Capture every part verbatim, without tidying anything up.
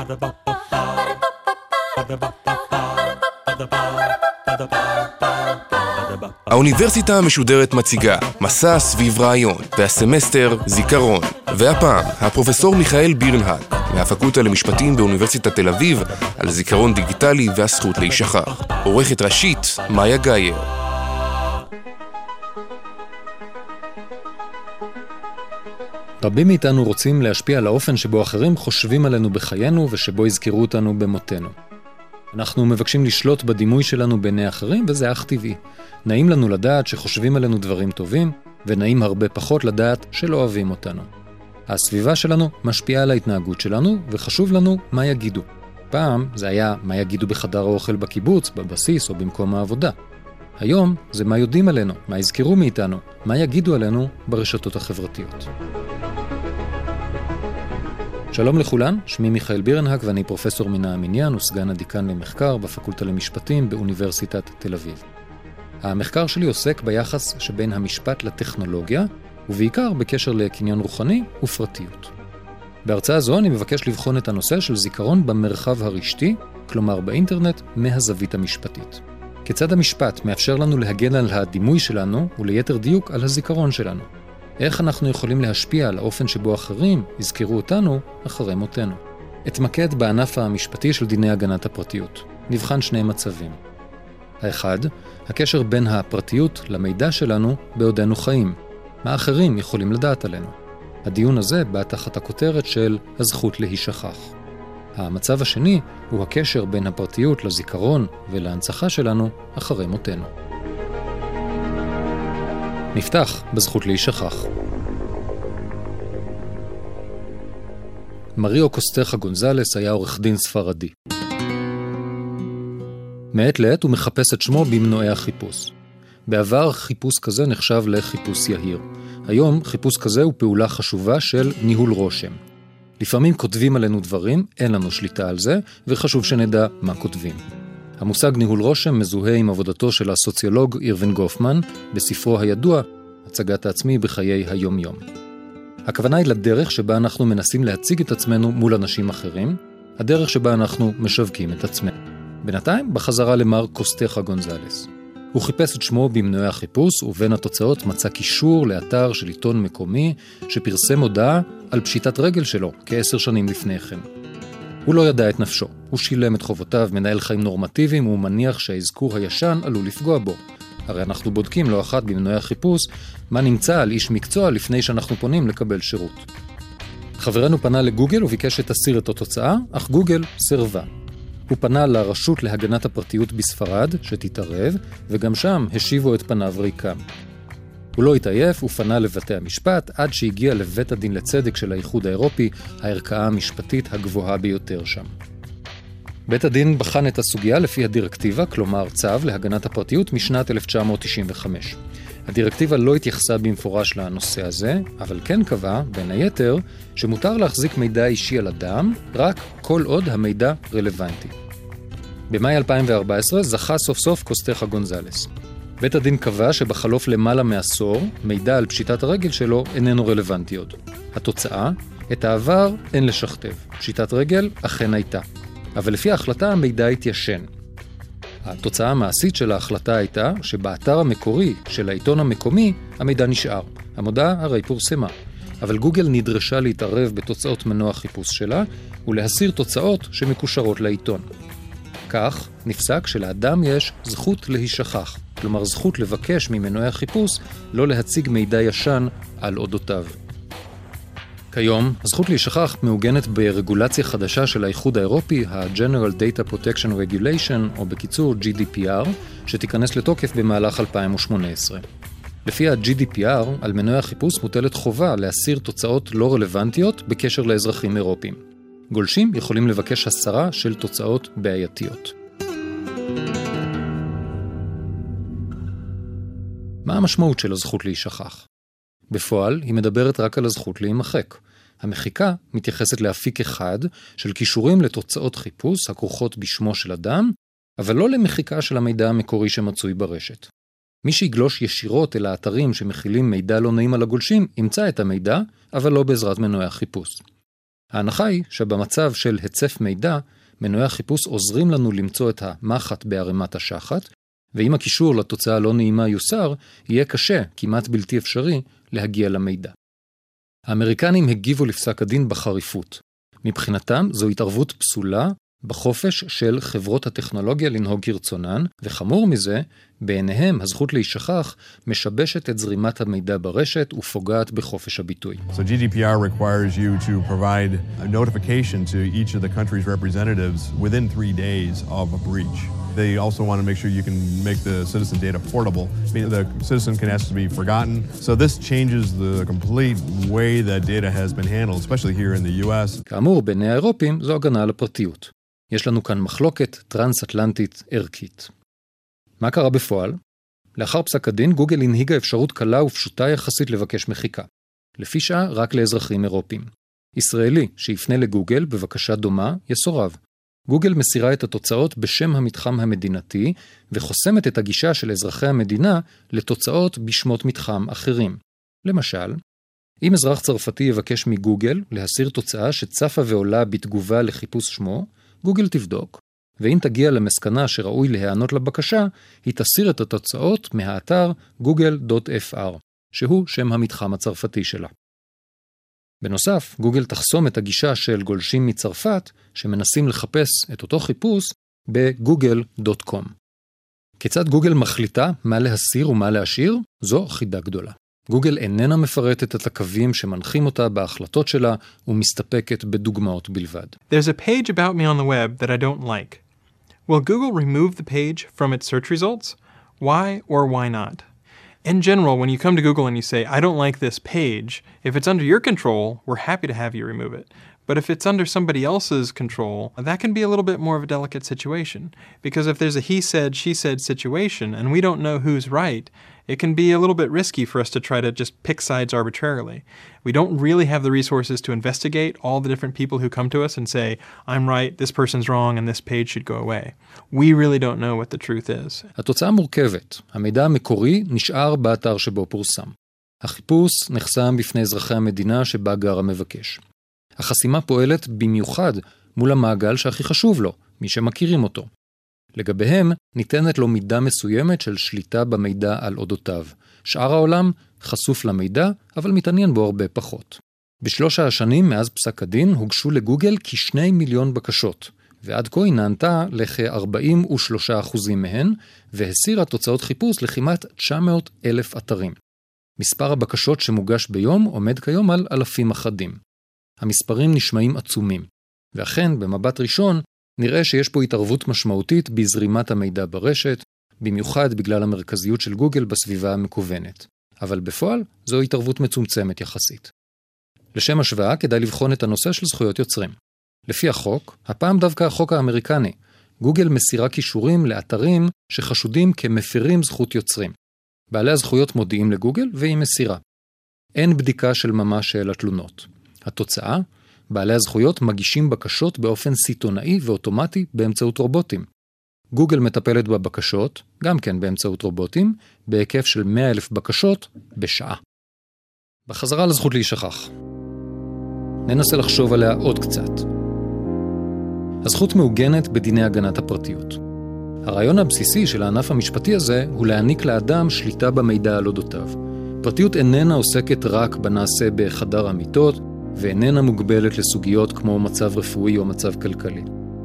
האוניברסיטה המשודרת מציגה מסע סביב רעיון, והסמסטר זיכרון. והפעם, הפרופסור מיכאל בירנהק, מהפקולטה למשפטים באוניברסיטת תל אביב, על זיכרון דיגיטלי והזכות להישכח. עורכת ראשית, מאיה גייר. רבים מאיתנו רוצים להשפיע על האופן שבו אחרים חושבים עלינו בחיינו ושבו יזכרו אותנו במותנו. אנחנו מבקשים לשלוט בדימוי שלנו בעיני אחרים, וזה אך טבעי. נעים לנו לדעת שחושבים עלינו דברים טובים, ונעים הרבה פחות לדעת שלא אוהבים אותנו. הסביבה שלנו משפיעה על ההתנהגות שלנו, וחשוב לנו מה יגידו. פעם זה היה מה יגידו בחדר האוכל בקיבוץ, בבסיס או במקום העבודה. היום זה מה יודעים עלינו, מה יזכרו מאיתנו, מה יגידו עלינו ברשתות החברתיות. שלום לכולן, שמי מיכאל בירנהק ואני פרופסור מן המניין וסגן הדיקן למחקר בפקולטה למשפטים באוניברסיטת תל אביב. המחקר שלי עוסק ביחס שבין המשפט לטכנולוגיה, ובעיקר בקשר לקניין רוחני ופרטיות. בהרצאה זו אני מבקש לבחון את הנושא של זיכרון במרחב הרשתי, כלומר באינטרנט, מהזווית המשפטית. כיצד המשפט מאפשר לנו להגן על הדימוי שלנו וליתר דיוק על הזיכרון שלנו. איך אנחנו יכולים להשפיע על האופן שבו אחרים יזכרו אותנו אחרי מותנו. אתמקד בענף המשפטי של דיני הגנת הפרטיות. נבחן שני מצבים. האחד, הקשר בין הפרטיות למידע שלנו בעודנו חיים. מה אחרים יכולים לדעת עלינו? הדיון הזה בא תחת הכותרת של הזכות להישכח. המצב השני הוא הקשר בין הפרטיות לזיכרון ולהנצחה שלנו אחרי מותנו. נפתח בזכות להישכח. מריו קוסטחה גונזלס היה עורך דין ספרדי. מעת לעת הוא מחפש את שמו במנועי החיפוש. בעבר חיפוש כזה נחשב לחיפוש יהיר. היום חיפוש כזה הוא פעולה חשובה של ניהול רושם. לפעמים כותבים עלינו דברים, אין לנו שליטה על זה, וחשוב שנדע מה כותבים. המושג ניהול רושם מזוהה עם עבודתו של הסוציולוג אירווין גופמן בספרו הידוע, הצגת העצמי בחיי היום-יום. הכוונה היא לדרך שבה אנחנו מנסים להציג את עצמנו מול אנשים אחרים, הדרך שבה אנחנו משווקים את עצמנו. בינתיים, בחזרה למר קוסטחה גונזלס. הוא חיפש את שמו במנועי החיפוש, ובין התוצאות מצא קישור לאתר של עיתון מקומי שפרסם הודעה על פשיטת רגל שלו כעשר שנים לפני כן. הוא לא ידע את נפשו, הוא שילם את חובותיו, מנהל חיים נורמטיביים, והוא מניח שהאזכור הישן עלול לפגוע בו. הרי אנחנו בודקים לא אחת במנועי החיפוש מה נמצא על איש מקצוע לפני שאנחנו פונים לקבל שירות. חברנו פנה לגוגל וביקש שתסיר את התוצאה, אך גוגל סרבה. הוא פנה לרשות להגנת הפרטיות בספרד שתתערב, וגם שם השיבו את פניו ריקם. הוא לא התעייף, הוא פנה לבתי המשפט עד שהגיע לבית הדין לצדק של האיחוד האירופי, הערכאה המשפטית הגבוהה ביותר שם. בית הדין בחן את הסוגיה לפי הדירקטיבה, כלומר צו להגנת הפרטיות משנת אלף תשע מאות תשעים וחמש. הדירקטיבה לא התייחסה במפורש לנושא הזה, אבל כן קבע, בין היתר, שמותר להחזיק מידע אישי על אדם, רק כל עוד המידע רלוונטי. במאי אלפיים וארבע עשרה זכה סוף סוף קוסטחה גונזלס. בית הדין קבע שבחלוף למעלה מעשור, מידע על פשיטת הרגל שלו איננו רלוונטי עוד. התוצאה, את העבר אין לשכתב. פשיטת רגל אכן הייתה. אבל לפי ההחלטה המידע התיישן. התוצאה המעשית של ההחלטה הייתה שבאתר המקורי של העיתון המקומי המידע נשאר. המודעה הרי פורסמה. אבל גוגל נדרשה להתערב בתוצאות מנוע חיפוש שלה ולהסיר תוצאות שמקושרות לעיתון. כך נפסק שלאדם יש זכות להישכח, כלומר זכות לבקש ממנועי החיפוש לא להציג מידע ישן על אודותיו. כיום, הזכות להישכח מעוגנת ברגולציה חדשה של האיחוד האירופי, ה-General Data Protection Regulation, או בקיצור ג'י די פי אר, שתיכנס לתוקף במהלך אלפיים ושמונה עשרה. לפי ה-ג'י די פי אר, על מנועי החיפוש מוטלת חובה להסיר תוצאות לא רלוונטיות בקשר לאזרחים אירופיים. גולשים יכולים לבקש הסרה של תוצאות בעייתיות. מה המשמעות של הזכות להישכח? בפועל, היא מדברת רק על הזכות להימחק. המחיקה מתייחסת לאפיק אחד של קישורים לתוצאות חיפוש הכרוכות בשמו של אדם, אבל לא למחיקה של המידע המקורי שמצוי ברשת. מי שיגלוש ישירות אל האתרים שמכילים מידע לא נעים על הגולשים, ימצא את המידע, אבל לא בעזרת מנועי החיפוש. ההנחה היא שבמצב של הצף מידע, מנועי החיפוש עוזרים לנו למצוא את המחט בערימת השחת, ואם הקישור לתוצאה לא נעימה יוסר, יהיה קשה, כמעט בלתי אפשרי, להגיע למידע. האמריקנים הגיבו לפסק הדין בחריפות. מבחינתם זו התערבות פסולה בחופש של חברות הטכנולוגיה לנהוג כרצונן, וחמור מזה, בעיניהם הזכות להישכח משבשת את זרימת המידע ברשת ופוגעת בחופש הביטוי. So G D P R requires you to provide a notification to each of the country's representatives within three days of a breach. They also want to make sure you can make the citizen data portable. I mean, the citizen can ask to be forgotten. So this changes the complete way that data has been handled, especially here in the U S. כאמור, בעיני האירופים זו הגנה על הפרטיות. יש לנו כאן מחלוקת טרנס-אטלנטית ערכית. מה קרה בפועל? לאחר פסק הדין, גוגל הנהיגה אפשרות קלה ופשוטה יחסית לבקש מחיקה. לפי שעה רק לאזרחים אירופים. ישראלי שיפנה לגוגל בבקשה דומה יסורב. גוגל מסירה את התוצאות בשם המתחם המדינתי, וחוסמת את הגישה של אזרחי המדינה לתוצאות בשמות מתחם אחרים. למשל, אם אזרח צרפתי יבקש מגוגל להסיר תוצאה שצפה ועולה בתגובה לחיפוש שמו, גוגל תבדוק, ואם תגיע למסקנה שראוי להיענות לבקשה, היא תסיר את התוצאות מהאתר גוגל דוט אף אר, שהוא שם המתחם הצרפתי שלה. בנוסף, גוגל תחסום את הגישה של גולשים מצרפת שמנסים לחפש את אותו חיפוש ב-גוגל דוט קום. כיצד גוגל מחליטה מה להסיר ומה להשאיר? זו חידה גדולה. גוגל איננה מפרטת את הקווים שמנחים אותה בהחלטות שלה ומסתפקת בדוגמאות בלבד. There's a page about me on the web that I don't like. Will Google remove the page from its search results? Why or why not? In general, when you come to Google and you say, I don't like this page, if it's under your control, we're happy to have you remove it. But if it's under somebody else's control, that can be a little bit more of a delicate situation. Because if there's a he said, she said situation, and we don't know who's right, it can be a little bit risky for us to try to just pick sides arbitrarily. We don't really have the resources to investigate all the different people who come to us and say, I'm right, this person's wrong, and this page should go away. We really don't know what the truth is. התוצאה מורכבת. המידע המקורי נשאר באתר שבו פורסם. החיפוש נחסם בפני אזרחי המדינה שבה גר המבקש. החסימה פועלת במיוחד מול המעגל שהכי חשוב לו, מי שמכירים אותו. לגביהם ניתנת לו מידה מסוימת של שליטה במידע על אודותיו. שאר העולם חשוף למידע, אבל מתעניין בו הרבה פחות. בשלוש השנים מאז פסק הדין הוגשו לגוגל כשני מיליון בקשות, ועד כה היא נענתה לכ-ארבעים ושלושה אחוזים מהן, והסירה תוצאות חיפוש לכמעט תשע מאות אלף אתרים. מספר הבקשות שמוגש ביום עומד כיום על אלפים אחדים. המספרים נשמעים עצומים, ואכן במבט ראשון נראה שיש פה התערבות משמעותית בזרימת המידע ברשת, במיוחד בגלל המרכזיות של גוגל בסביבה המקוונת. אבל בפועל זו התערבות מצומצמת יחסית. לשם השוואה כדאי לבחון את הנושא של זכויות יוצרים. לפי החוק, הפעם דווקא החוק האמריקני, גוגל מסירה קישורים לאתרים שחשודים כמפירים זכות יוצרים. בעלי הזכויות מודיעים לגוגל והיא מסירה. אין בדיקה של ממש של התלונות. התוצאה, בעלי הזכויות מגישים בקשות באופן סיטונאי ואוטומטי באמצעות רובוטים. גוגל מטפלת בבקשות, גם כן באמצעות רובוטים, בהיקף של מאה אלף בקשות בשעה. בחזרה לזכות להישכח. ננסה לחשוב עליה עוד קצת. הזכות מעוגנת בדיני הגנת הפרטיות. הרעיון הבסיסי של הענף המשפטי הזה הוא להעניק לאדם שליטה במידע על אודותיו. פרטיות איננה עוסקת רק בנעשה בחדר המיטות, ואיננה מוגבלת לסוגיות כמו מצב רפואי או מצב כלכלי.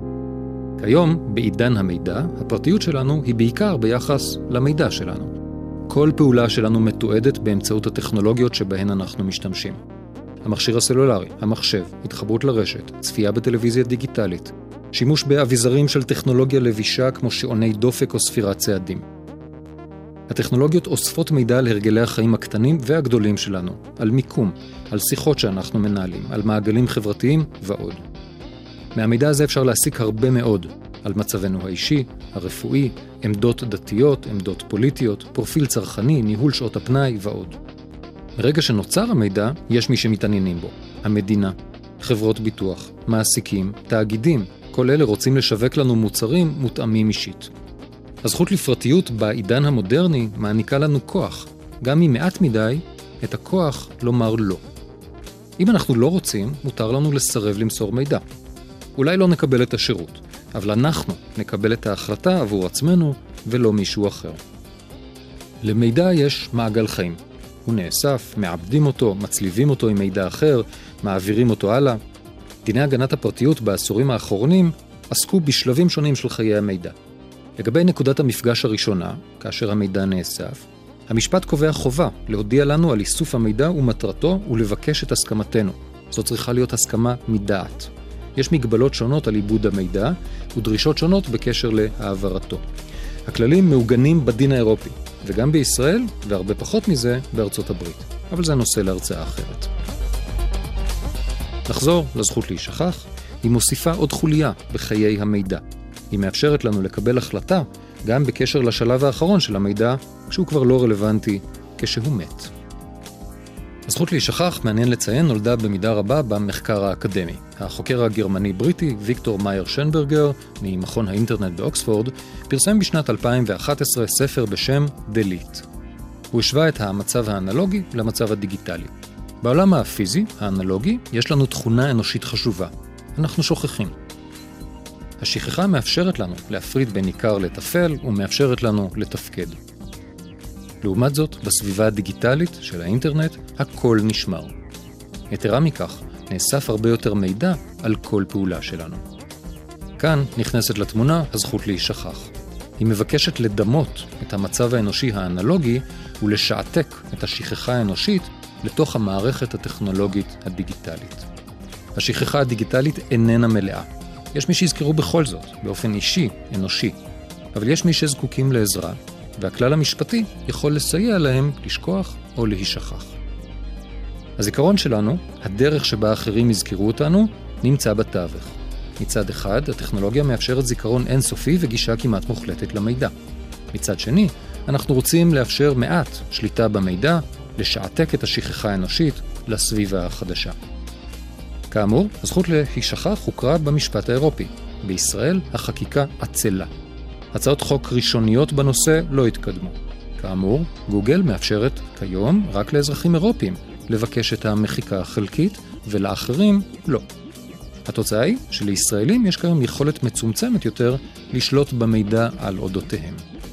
כיום, בעידן המידע, הפרטיות שלנו היא בעיקר ביחס למידע שלנו. כל פעולה שלנו מתועדת באמצעות הטכנולוגיות שבהן אנחנו משתמשים. המכשיר הסלולרי, המחשב, התחברות לרשת, צפייה בטלוויזיה דיגיטלית, שימוש באביזרים של טכנולוגיה לבישה כמו שעוני דופק או ספירת צעדים. הטכנולוגיות אוספות מידע על הרגלי החיים הקטנים והגדולים שלנו, על מיקום, על שיחות שאנחנו מנהלים, על מעגלים חברתיים ועוד. מהמידע הזה אפשר להסיק הרבה מאוד, על מצבנו האישי, הרפואי, עמדות דתיות, עמדות פוליטיות, פרופיל צרכני, ניהול שעות הפנאי ועוד. מרגע שנוצר המידע, יש מי שמתעניינים בו. המדינה, חברות ביטוח, מעסיקים, תאגידים, כל אלה רוצים לשווק לנו מוצרים מותאמים אישית. הזכות לפרטיות בעידן המודרני מעניקה לנו כוח, גם אם מעט מדי, את הכוח לומר לא. אם אנחנו לא רוצים, מותר לנו לסרב למסור מידע. אולי לא נקבל את השירות, אבל אנחנו נקבל את ההחלטה עבור עצמנו ולא מישהו אחר. למידע יש מעגל חיים. הוא נאסף, מעבדים אותו, מצליבים אותו עם מידע אחר, מעבירים אותו הלאה. דיני הגנת הפרטיות בעשורים האחרונים עסקו בשלבים שונים של חיי המידע. לגבי נקודת המפגש הראשונה, כאשר המידע נאסף, המשפט קובע חובה להודיע לנו על איסוף המידע ומטרתו ולבקש את הסכמתנו. זו צריכה להיות הסכמה מדעת. יש מגבלות שונות על עיבוד המידע ודרישות שונות בקשר להעברתו. הכללים מעוגנים בדין האירופי, וגם בישראל, והרבה פחות מזה, בארצות הברית. אבל זה נושא להרצאה אחרת. נחזור לזכות להישכח. היא מוסיפה עוד חוליה בחיי המידע. היא מאפשרת לנו לקבל החלטה גם בקשר לשלב האחרון של המידע, כשהוא כבר לא רלוונטי, כשהוא מת. הזכות להישכח, מעניין לציין, נולדה במידה רבה במחקר האקדמי. החוקר הגרמני-בריטי, ויקטור מאייר שנברגר, ממכון האינטרנט באוקספורד, פרסם בשנת אלפיים ואחת עשרה ספר בשם Delete. הוא השווה את המצב האנלוגי למצב הדיגיטלי. בעולם הפיזי, האנלוגי, יש לנו תכונה אנושית חשובה. אנחנו שוכחים. השכחה מאפשרת לנו להפריד בין עיקר לטפל ומאפשרת לנו לתפקד. לעומת זאת, בסביבה הדיגיטלית של האינטרנט, הכל נשמר. יתרה מכך, נאסף הרבה יותר מידע על כל פעולה שלנו. כאן נכנסת לתמונה הזכות להישכח. היא מבקשת לדמות את המצב האנושי האנלוגי ולשעתק את השכחה האנושית לתוך המערכת הטכנולוגית הדיגיטלית. השכחה הדיגיטלית איננה מלאה. יש מי שיזכרו בכל זאת, באופן אישי, אנושי. אבל יש מי שזקוקים לעזרה, והכלל המשפטי יכול לסייע להם לשכוח או להישכח. הזיכרון שלנו, הדרך שבה אחרים יזכרו אותנו, נמצא בתווך. מצד אחד, הטכנולוגיה מאפשרת זיכרון אינסופי וגישה כמעט מוחלטת למידע. מצד שני, אנחנו רוצים לאפשר מעט שליטה במידע, לשעתק את השכחה האנושית לסביבה החדשה. כאמור, הזכות להישכח הוכרה במשפט האירופי. בישראל החקיקה עצלה. הצעות חוק ראשוניות בנושא לא התקדמו. כאמור, גוגל מאפשרת כיום רק לאזרחים אירופיים לבקש את המחיקה החלקית, ולאחרים לא. התוצאה היא שלישראלים יש כיום יכולת מצומצמת יותר לשלוט במידע על אודותיהם.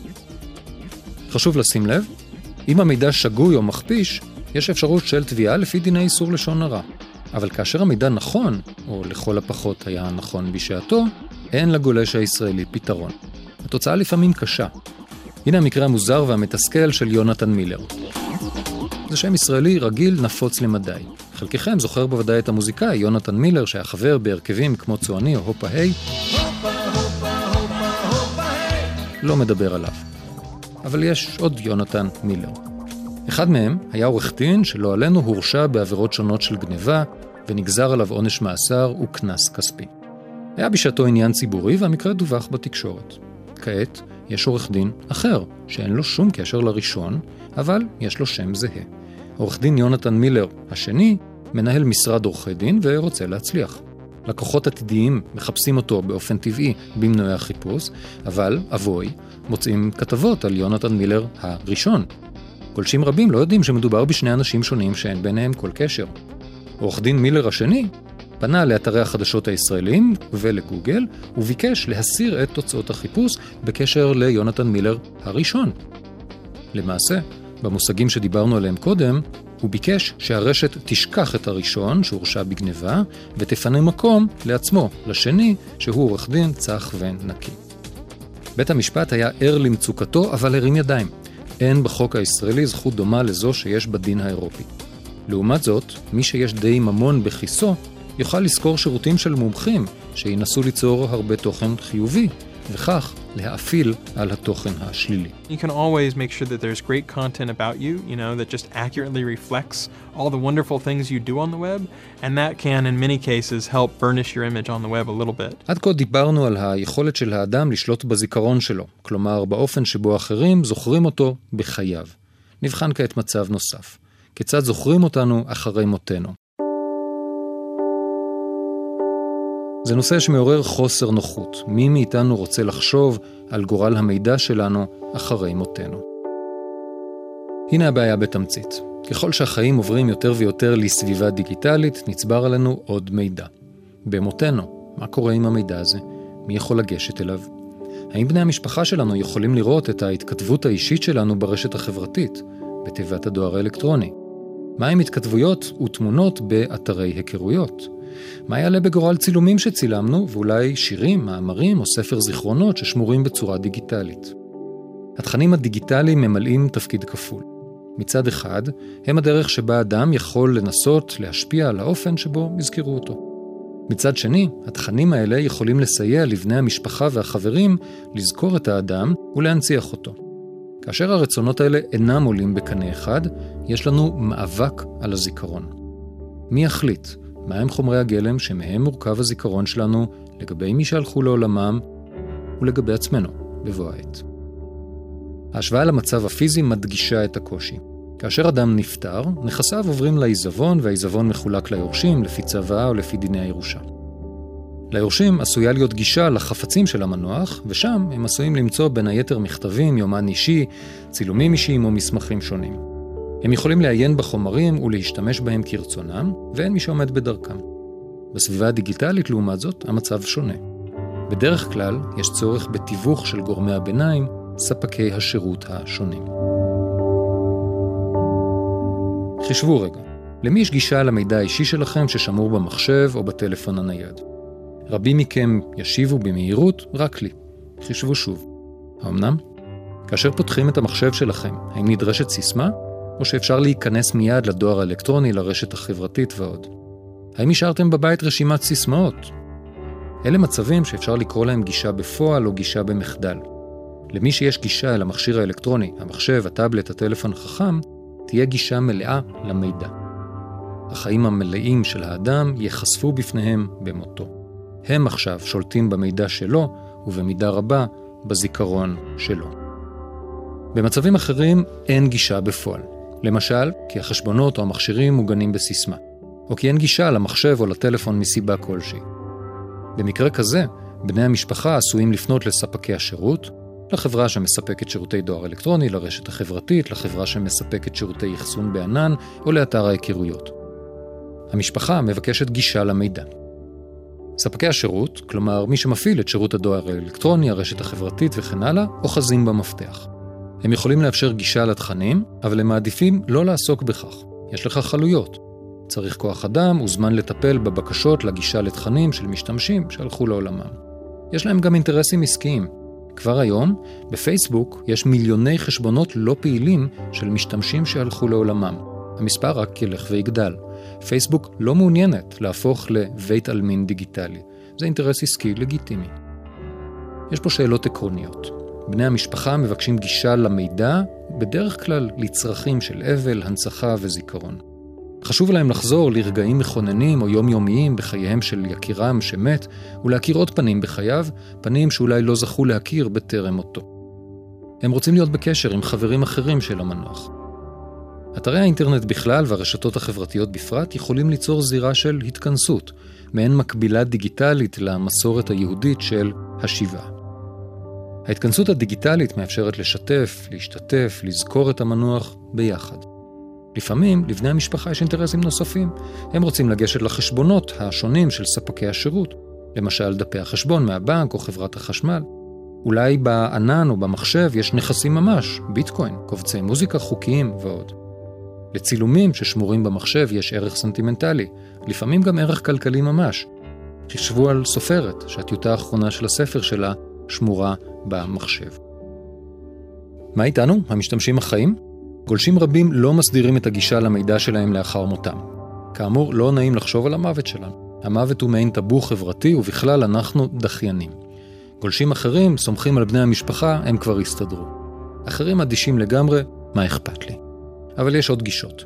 חשוב לשים לב, אם המידע שגוי או מכפיש, יש אפשרות של תביעה לפי דיני איסור לשון הרע. אבל כאשר המידע נכון, או לכל הפחות היה נכון בשעתו, אין לגולש הישראלי פתרון. התוצאה לפעמים קשה. הנה המקרה המוזר והמתסכל של יונתן מילר. זה שם ישראלי רגיל נפוץ למדי. חלקכם זוכר בוודאי את המוזיקאי יונתן מילר, שהיה חבר בהרכבים כמו צועני או הופה היי. לא מדבר עליו. אבל יש עוד יונתן מילר. אחד מהם היה עורך דין שלא עלינו הורשע בעבירות שונות של גניבה, ונגזר עליו עונש מאסר וכנס כספי. היה בשעתו עניין ציבורי והמקרה דווח בתקשורת. כעת יש עורך דין אחר, שאין לו שום קשר לראשון, אבל יש לו שם זהה. עורך דין יונתן מילר השני מנהל משרד עורכי דין ורוצה להצליח. לקוחות עתידיים מחפשים אותו באופן טבעי במנועי החיפוש, אבל אבוי מוצאים כתבות על יונתן מילר הראשון. גולשים רבים לא יודעים שמדובר בשני אנשים שונים שאין ביניהם כל קשר. עורך דין מילר השני פנה לאתרי החדשות הישראלים ולגוגל וביקש להסיר את תוצאות החיפוש בקשר ליונתן מילר הראשון. למעשה, במושגים שדיברנו עליהם קודם, הוא ביקש שהרשת תשכח את הראשון שהורשע בגניבה ותפנה מקום לעצמו, לשני שהוא עורך דין צח ונקי. בית המשפט היה ער למצוקתו אבל הרים ידיים. אין בחוק הישראלי זכות דומה לזו שיש בדין האירופי. לעומת זאת, מי שיש די ממון בכיסו, יוכל לזכור שירותים של מומחים שינסו ליצור הרבה תוכן חיובי, וכך להאפיל על התוכן השלילי. You can always make sure that there's great content about you, you know, that just accurately reflects all the wonderful things you do on the web, and that can, in many cases, help burnish your image on the web a little bit. עד כה דיברנו על היכולת של האדם לשלוט בזיכרון שלו, כלומר באופן שבו אחרים זוכרים אותו בחייו. נבחן כעת מצב נוסף. כיצד זוכרים אותנו אחרי מותנו? זה נושא שמעורר חוסר נוחות. מי מאיתנו רוצה לחשוב על גורל המידע שלנו אחרי מותנו? הנה הבעיה בתמצית. ככל שהחיים עוברים יותר ויותר לסביבה דיגיטלית, נצבר עלינו עוד מידע. במותנו, מה קורה עם המידע הזה? מי יכול לגשת אליו? האם בני המשפחה שלנו יכולים לראות את ההתכתבות האישית שלנו ברשת החברתית, בתיבת הדואר האלקטרוני? מה עם התכתבויות ותמונות באתרי היכרויות? מה יעלה בגורל צילומים שצילמנו, ואולי שירים, מאמרים או ספר זיכרונות ששמורים בצורה דיגיטלית? התכנים הדיגיטליים ממלאים תפקיד כפול. מצד אחד, הם הדרך שבה אדם יכול לנסות להשפיע על האופן שבו יזכרו אותו. מצד שני, התכנים האלה יכולים לסייע לבני המשפחה והחברים לזכור את האדם ולהנציח אותו. כאשר הרצונות האלה אינם עולים בקנה אחד, יש לנו מאבק על הזיכרון. מי יחליט? מהם חומרי הגלם שמהם מורכב הזיכרון שלנו לגבי מי שהלכו לעולמם ולגבי עצמנו בבוא העת? ההשוואה למצב הפיזי מדגישה את הקושי. כאשר אדם נפטר, נכסיו עוברים לעיזבון, והעיזבון מחולק ליורשים לפי צוואה או לפי דיני הירושה. ליורשים עשויה להיות גישה לחפצים של המנוח, ושם הם עשויים למצוא בין היתר מכתבים, יומן אישי, צילומים אישיים או מסמכים שונים. הם יכולים לעיין בחומרים ולהשתמש בהם כרצונם, ואין מי שעומד בדרכם. בסביבה הדיגיטלית, לעומת זאת, המצב שונה. בדרך כלל, יש צורך בתיווך של גורמי הביניים, ספקי השירות השונים. חישבו רגע, למי יש גישה למידע האישי שלכם ששמור במחשב או בטלפון הנייד? רבים מכם ישיבו במהירות רק לי. חישבו שוב. האמנם? כאשר פותחים את המחשב שלכם, האם נדרשת סיסמה? או שאפשר להיכנס מיד לדואר האלקטרוני, לרשת החברתית ועוד? האם השארתם בבית רשימת סיסמאות? אלה מצבים שאפשר לקרוא להם גישה בפועל או גישה במחדל. למי שיש גישה אל המכשיר האלקטרוני, המחשב, הטאבלט, הטלפון החכם, תהיה גישה מלאה למידע. החיים המלאים של האדם יחשפו בפניהם במותו. הם עכשיו שולטים במידע שלו, ובמידה רבה בזיכרון שלו. במצבים אחרים אין גישה בפועל. למשל, כי החשבונות או המכשירים מוגנים בסיסמה, או כי אין גישה למחשב או לטלפון מסיבה כלשהי. במקרה כזה, בני המשפחה עשויים לפנות לספקי השירות, לחברה שמספקת שירותי דואר אלקטרוני, לרשת החברתית, לחברה שמספקת שירותי אחסון בענן, או לאתר ההיכרויות. המשפחה מבקשת גישה למידע. ספקי השירות, כלומר מי שמפעיל את שירות הדואר האלקטרוני, הרשת החברתית וכן הלאה, אוחזים במפתח. הם יכולים לאפשר גישה לתכנים, אבל הם מעדיפים לא לעסוק בכך. יש לך חלויות. צריך כוח אדם וזמן לטפל בבקשות לגישה לתכנים של משתמשים שהלכו לעולמם. יש להם גם אינטרסים עסקיים. כבר היום, בפייסבוק יש מיליוני חשבונות לא פעילים של משתמשים שהלכו לעולמם. המספר רק ילך ויגדל. פייסבוק לא מעוניינת להפוך לבית אלמין דיגיטלי. זה אינטרס עסקי לגיטימי. יש פה שאלות עקרוניות. בני המשפחה מבקשים גישה למידע, בדרך כלל לצרכים של אבל, הנצחה וזיכרון. חשוב להם לחזור לרגעים מכוננים או יומיומיים בחייהם של יקירם שמת, ולהכיר עוד פנים בחייו, פנים שאולי לא זכו להכיר בטרם אותו. הם רוצים להיות בקשר עם חברים אחרים של המנוח. אתרי האינטרנט בכלל והרשתות החברתיות בפרט יכולים ליצור זירה של התכנסות, מעין מקבילה דיגיטלית למסורת היהודית של השבעה. ההתכנסות הדיגיטלית מאפשרת לשתף, להשתתף, לזכור את המנוח ביחד. לפעמים לבני המשפחה יש אינטרסים נוספים. הם רוצים לגשת לחשבונות השונים של ספקי השירות, למשל דפי החשבון מהבנק או חברת החשמל. אולי בענן או במחשב יש נכסים ממש, ביטקוין, קובצי מוזיקה חוקיים ועוד. לצילומים ששמורים במחשב יש ערך סנטימנטלי, לפעמים גם ערך כלכלי ממש. חשבו על סופרת שהטיוטה האחרונה של הספר שלה שמורה במחשב. מה איתנו? המשתמשים החיים? גולשים רבים לא מסדירים את הגישה למידע שלהם לאחר מותם. כאמור, לא נעים לחשוב על המוות שלנו. המוות הוא מעין טאבו חברתי, ובכלל אנחנו דחיינים. גולשים אחרים סומכים על בני המשפחה, הם כבר הסתדרו. אחרים אדישים לגמרי, מה אכפת לי? אבל יש עוד גישות.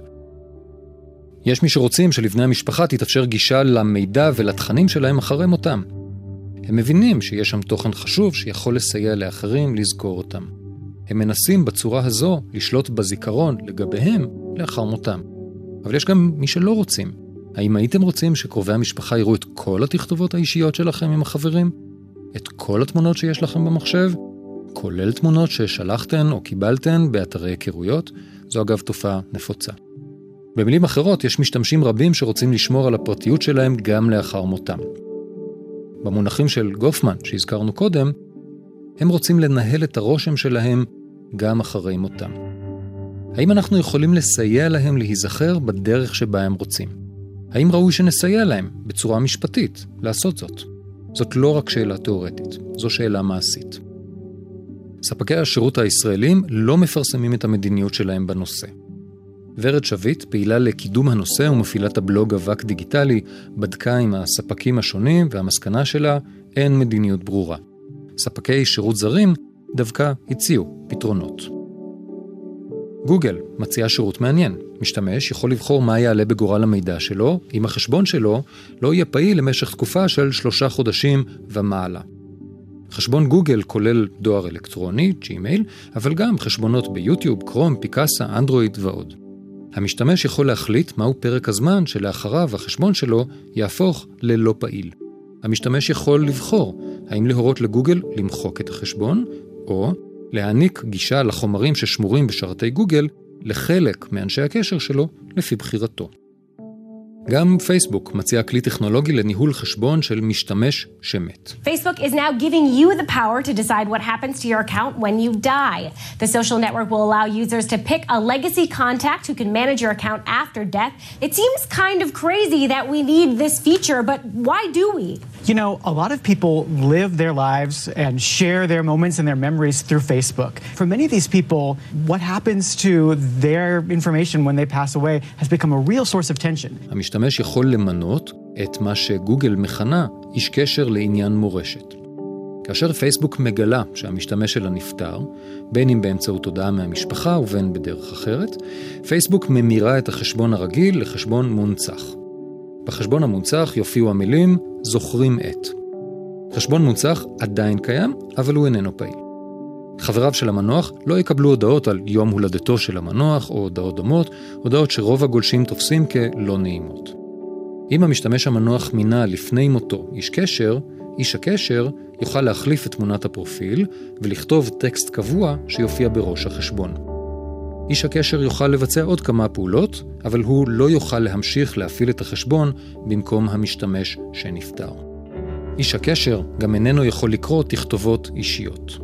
יש מי שרוצים שלבני המשפחה תתאפשר גישה למידע ולתכנים שלהם אחרי מותם. הם מבינים שיש שם תוכן חשוב שיכול לסייע לאחרים לזכור אותם. הם מנסים בצורה הזו לשלוט בזיכרון לגביהם לאחר מותם. אבל יש גם מי שלא רוצים. האם הייתם רוצים שקרובי המשפחה יראו את כל התכתובות האישיות שלכם עם החברים? את כל התמונות שיש לכם במחשב? כולל תמונות ששלחתן או קיבלתן באתרי היכרויות? זו אגב תופעה נפוצה. במילים אחרות, יש משתמשים רבים שרוצים לשמור על הפרטיות שלהם גם לאחר מותם. במונחים של גופמן, שהזכרנו קודם, הם רוצים לנהל את הרושם שלהם גם אחרי מותם. האם אנחנו יכולים לסייע להם להיזכר בדרך שבה הם רוצים? האם ראוי שנסייע להם בצורה משפטית לעשות זאת? זאת לא רק שאלה תיאורטית, זו שאלה מעשית. ספקי השירות הישראלים לא מפרסמים את המדיניות שלהם בנושא. ורד שביט, פעילה לקידום הנושא ומפעילת הבלוג אבק דיגיטלי, בדקה עם הספקים השונים והמסקנה שלה אין מדיניות ברורה. ספקי שירות זרים דווקא הציעו פתרונות. גוגל מציעה שירות מעניין. משתמש יכול לבחור מה יעלה בגורל המידע שלו, אם החשבון שלו לא יהיה פעיל למשך תקופה של שלושה חודשים ומעלה. חשבון גוגל כולל דואר אלקטרוני, ג'ימייל, אבל גם חשבונות ביוטיוב, קרום, פיקאסה, אנדרואיד ועוד. המשתמש יכול להחליט מהו פרק הזמן שלאחריו החשבון שלו יהפוך ללא פעיל. המשתמש יכול לבחור האם להורות לגוגל למחוק את החשבון, או להעניק גישה לחומרים ששמורים בשרתי גוגל לחלק מאנשי הקשר שלו לפי בחירתו. גם פייסבוק מציע כלי טכנולוגי לניהול חשבון של משתמש שמת. Facebook is now giving you the power to decide what happens to your account when you die. The social network will allow users to pick a legacy contact who can manage your account after death. It seems kind of crazy that we need this feature, but why do we? You know, a lot of people live their lives and share their moments and their memories through Facebook. For many of these people, what happens to their information when they pass away has become a real source of tension. המשתמש יכול למנות את מה שגוגל מכנה איש קשר לעניין מורשת. כאשר פייסבוק מגלה שהמשתמש שלה נפטר, בין אם באמצעות הודעה מהמשפחה ובין בדרך אחרת, פייסבוק ממירה את החשבון הרגיל לחשבון מונצח. בחשבון המונצח יופיעו המילים זוכרים את. חשבון מונצח עדיין קיים, אבל הוא איננו פעיל. חבריו של המנוח לא יקבלו הודעות על יום הולדתו של המנוח או הודעות דומות, הודעות שרוב הגולשים תופסים כלא נעימות. אם המשתמש המנוח מינה לפני מותו איש קשר, איש הקשר יוכל להחליף את תמונת הפרופיל ולכתוב טקסט קבוע שיופיע בראש החשבון. איש הקשר יוכל לבצע עוד כמה פעולות, אבל הוא לא יוכל להמשיך להפעיל את החשבון במקום המשתמש שנפטר. איש הקשר גם איננו יכול לקרוא תכתובות אישיות.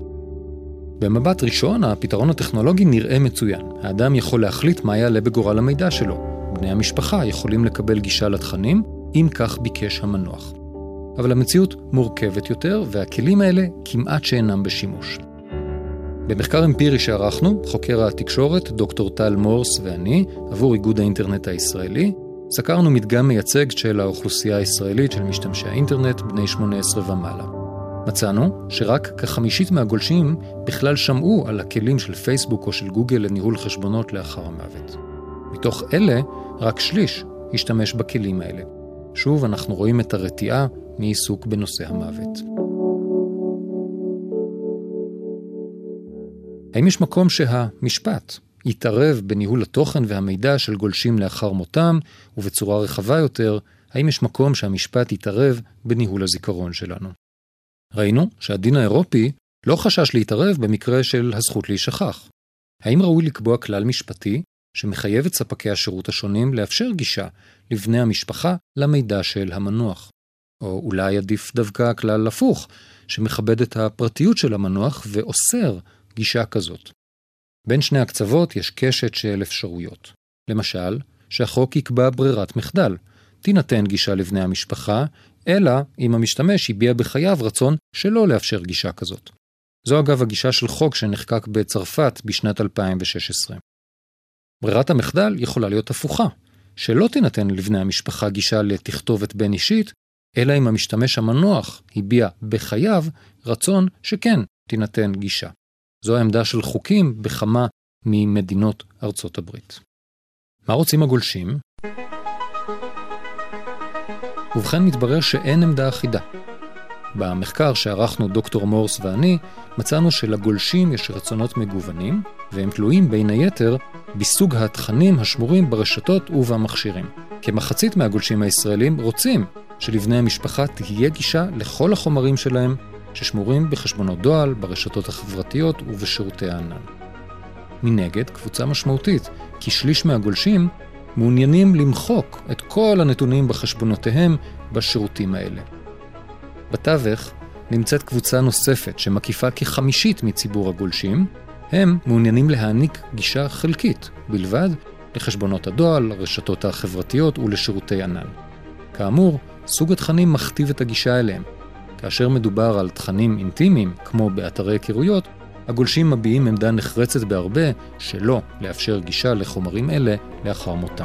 במבט ראשון, הפתרון הטכנולוגי נראה מצוין. האדם יכול להחליט מה יעלה בגורל המידע שלו. בני המשפחה יכולים לקבל גישה לתכנים, אם כך ביקש המנוח. אבל המציאות מורכבת יותר, והכלים האלה כמעט שאינם בשימוש. במחקר אמפירי שערכנו, חוקר התקשורת, דוקטור טל מורס ואני, עבור איגוד האינטרנט הישראלי, סקרנו מדגם מייצג של האוכלוסייה הישראלית של משתמשי האינטרנט בני שמונה עשרה ומעלה. מצאנו שרק כחמישית מהגולשים בכלל שמעו על הכלים של פייסבוק או של גוגל לניהול חשבונות לאחר המוות. מתוך אלה, רק שליש השתמש בכלים האלה. שוב, אנחנו רואים את הרתיעה מעיסוק בנושא המוות. האם יש מקום שהמשפט יתערב בניהול התוכן והמידע של גולשים לאחר מותם, ובצורה רחבה יותר, האם יש מקום שהמשפט יתערב בניהול הזיכרון שלנו? ראינו שהדין האירופי לא חשש להתערב במקרה של הזכות להישכח. האם ראוי לקבוע כלל משפטי שמחייב את ספקי השירות השונים לאפשר גישה לבני המשפחה למידע של המנוח? או אולי עדיף דווקא כלל הפוך, שמכבד את הפרטיות של המנוח ואוסר גישה כזאת. בין שני הקצוות יש קשת של אפשרויות. למשל, שהחוק יקבע ברירת מחדל. תינתן גישה לבני המשפחה, אלא אם המשתמש הביע בחייו רצון שלא לאפשר גישה כזאת. זו אגב הגישה של חוק שנחקק בצרפת בשנת אלפיים ושש עשרה. ברירת המחדל יכולה להיות הפוכה, שלא תינתן לבני המשפחה גישה לתכתובת בין אישית, אלא אם המשתמש המנוח הביע בחייו רצון שכן תינתן גישה. זו העמדה של חוקים בכמה ממדינות ארצות הברית. מה רוצים הגולשים? ובכן מתברר שאין עמדה אחידה. במחקר שערכנו דוקטור מורס ואני, מצאנו שלגולשים יש רצונות מגוונים, והם תלויים בין היתר בסוג התכנים השמורים ברשתות ובמכשירים. כמחצית מהגולשים הישראלים רוצים שלבני המשפחה תהיה גישה לכל החומרים שלהם ששמורים בחשבונות דואל, ברשתות החברתיות ובשירותי הענן. מנגד, קבוצה משמעותית, כי שליש מהגולשים מעוניינים למחוק את כל הנתונים בחשבונותיהם בשירותים האלה. בתווך נמצאת קבוצה נוספת שמקיפה כחמישית מציבור הגולשים. הם מעוניינים להעניק גישה חלקית בלבד לחשבונות הדואר, לרשתות החברתיות ולשירותי ענן. כאמור, סוג התכנים מכתיב את הגישה אליהם. כאשר מדובר על תכנים אינטימיים, כמו באתרי היכרויות, הגולשים מביעים עמדה נחרצת בהרבה שלא לאפשר גישה לחומרים אלה לאחר מותם.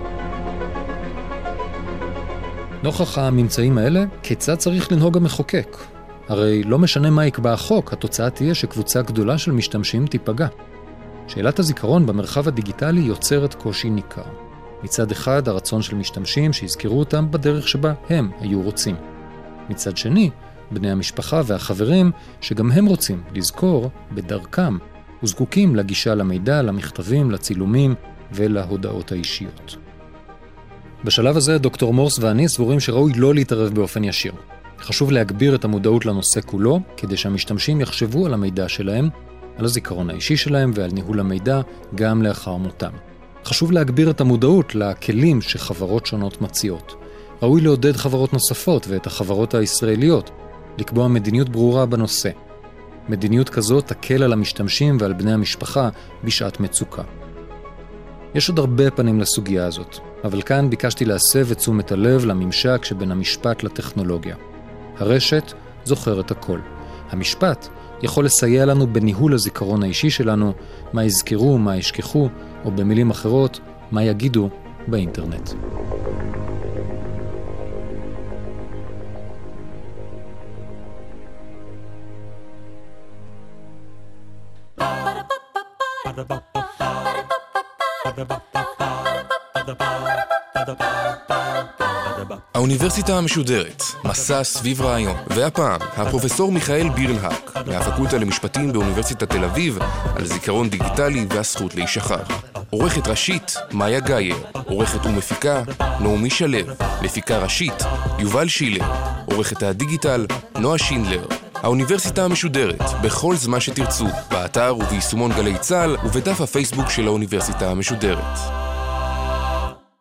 נוכח הממצאים האלה, כיצד צריך לנהוג המחוקק? הרי לא משנה מה יקבע החוק, התוצאה תהיה שקבוצה גדולה של משתמשים תיפגע. שאלת הזיכרון במרחב הדיגיטלי יוצרת קושי ניכר. מצד אחד, הרצון של משתמשים שיזכרו אותם בדרך שבה הם היו רוצים. מצד שני, בני המשפחה והחברים שגם הם רוצים לזכור בדרכם וזקוקים לגישה למידע, למכתבים, לצילומים ולהודעות האישיות. בשלב הזה דוקטור מורס ואני סבורים שראוי לא להתערב באופן ישיר. חשוב להגביר את המודעות לנושא כולו כדי שהמשתמשים יחשבו על המידע שלהם, על הזיכרון האישי שלהם ועל ניהול המידע גם לאחר מותם. חשוב להגביר את המודעות לכלים שחברות שונות מציעות. ראוי לעודד חברות נוספות ואת החברות הישראליות לקבוע מדיניות ברורה בנושא. מדיניות כזאת תקל על המשתמשים ועל בני המשפחה בשעת מצוקה. יש עוד הרבה פנים לסוגיה הזאת, אבל כאן ביקשתי להסב את תשומת הלב לממשק שבין המשפט לטכנולוגיה. הרשת זוכרת הכל. המשפט יכול לסייע לנו בניהול הזיכרון האישי שלנו, מה יזכרו, מה ישכחו, או במילים אחרות, מה יגידו באינטרנט. האוניברסיטה המשודרת, מסע סביב רעיון, והפעם הפרופסור מיכאל בירנהק מהפקולטה למשפטים באוניברסיטת תל אביב על זיכרון דיגיטלי והזכות להישכח. עורכת ראשית מאיה גייר, עורכת ומפיקה נעמי שלו, מפיקה ראשית יובל שילר, עורכת הדיגיטל נועה שינדלר. האוניברסיטה המשודרת בכל זמן שתרצו, באתר וביישומון גלי צה"ל ובדף הפייסבוק של האוניברסיטה המשודרת.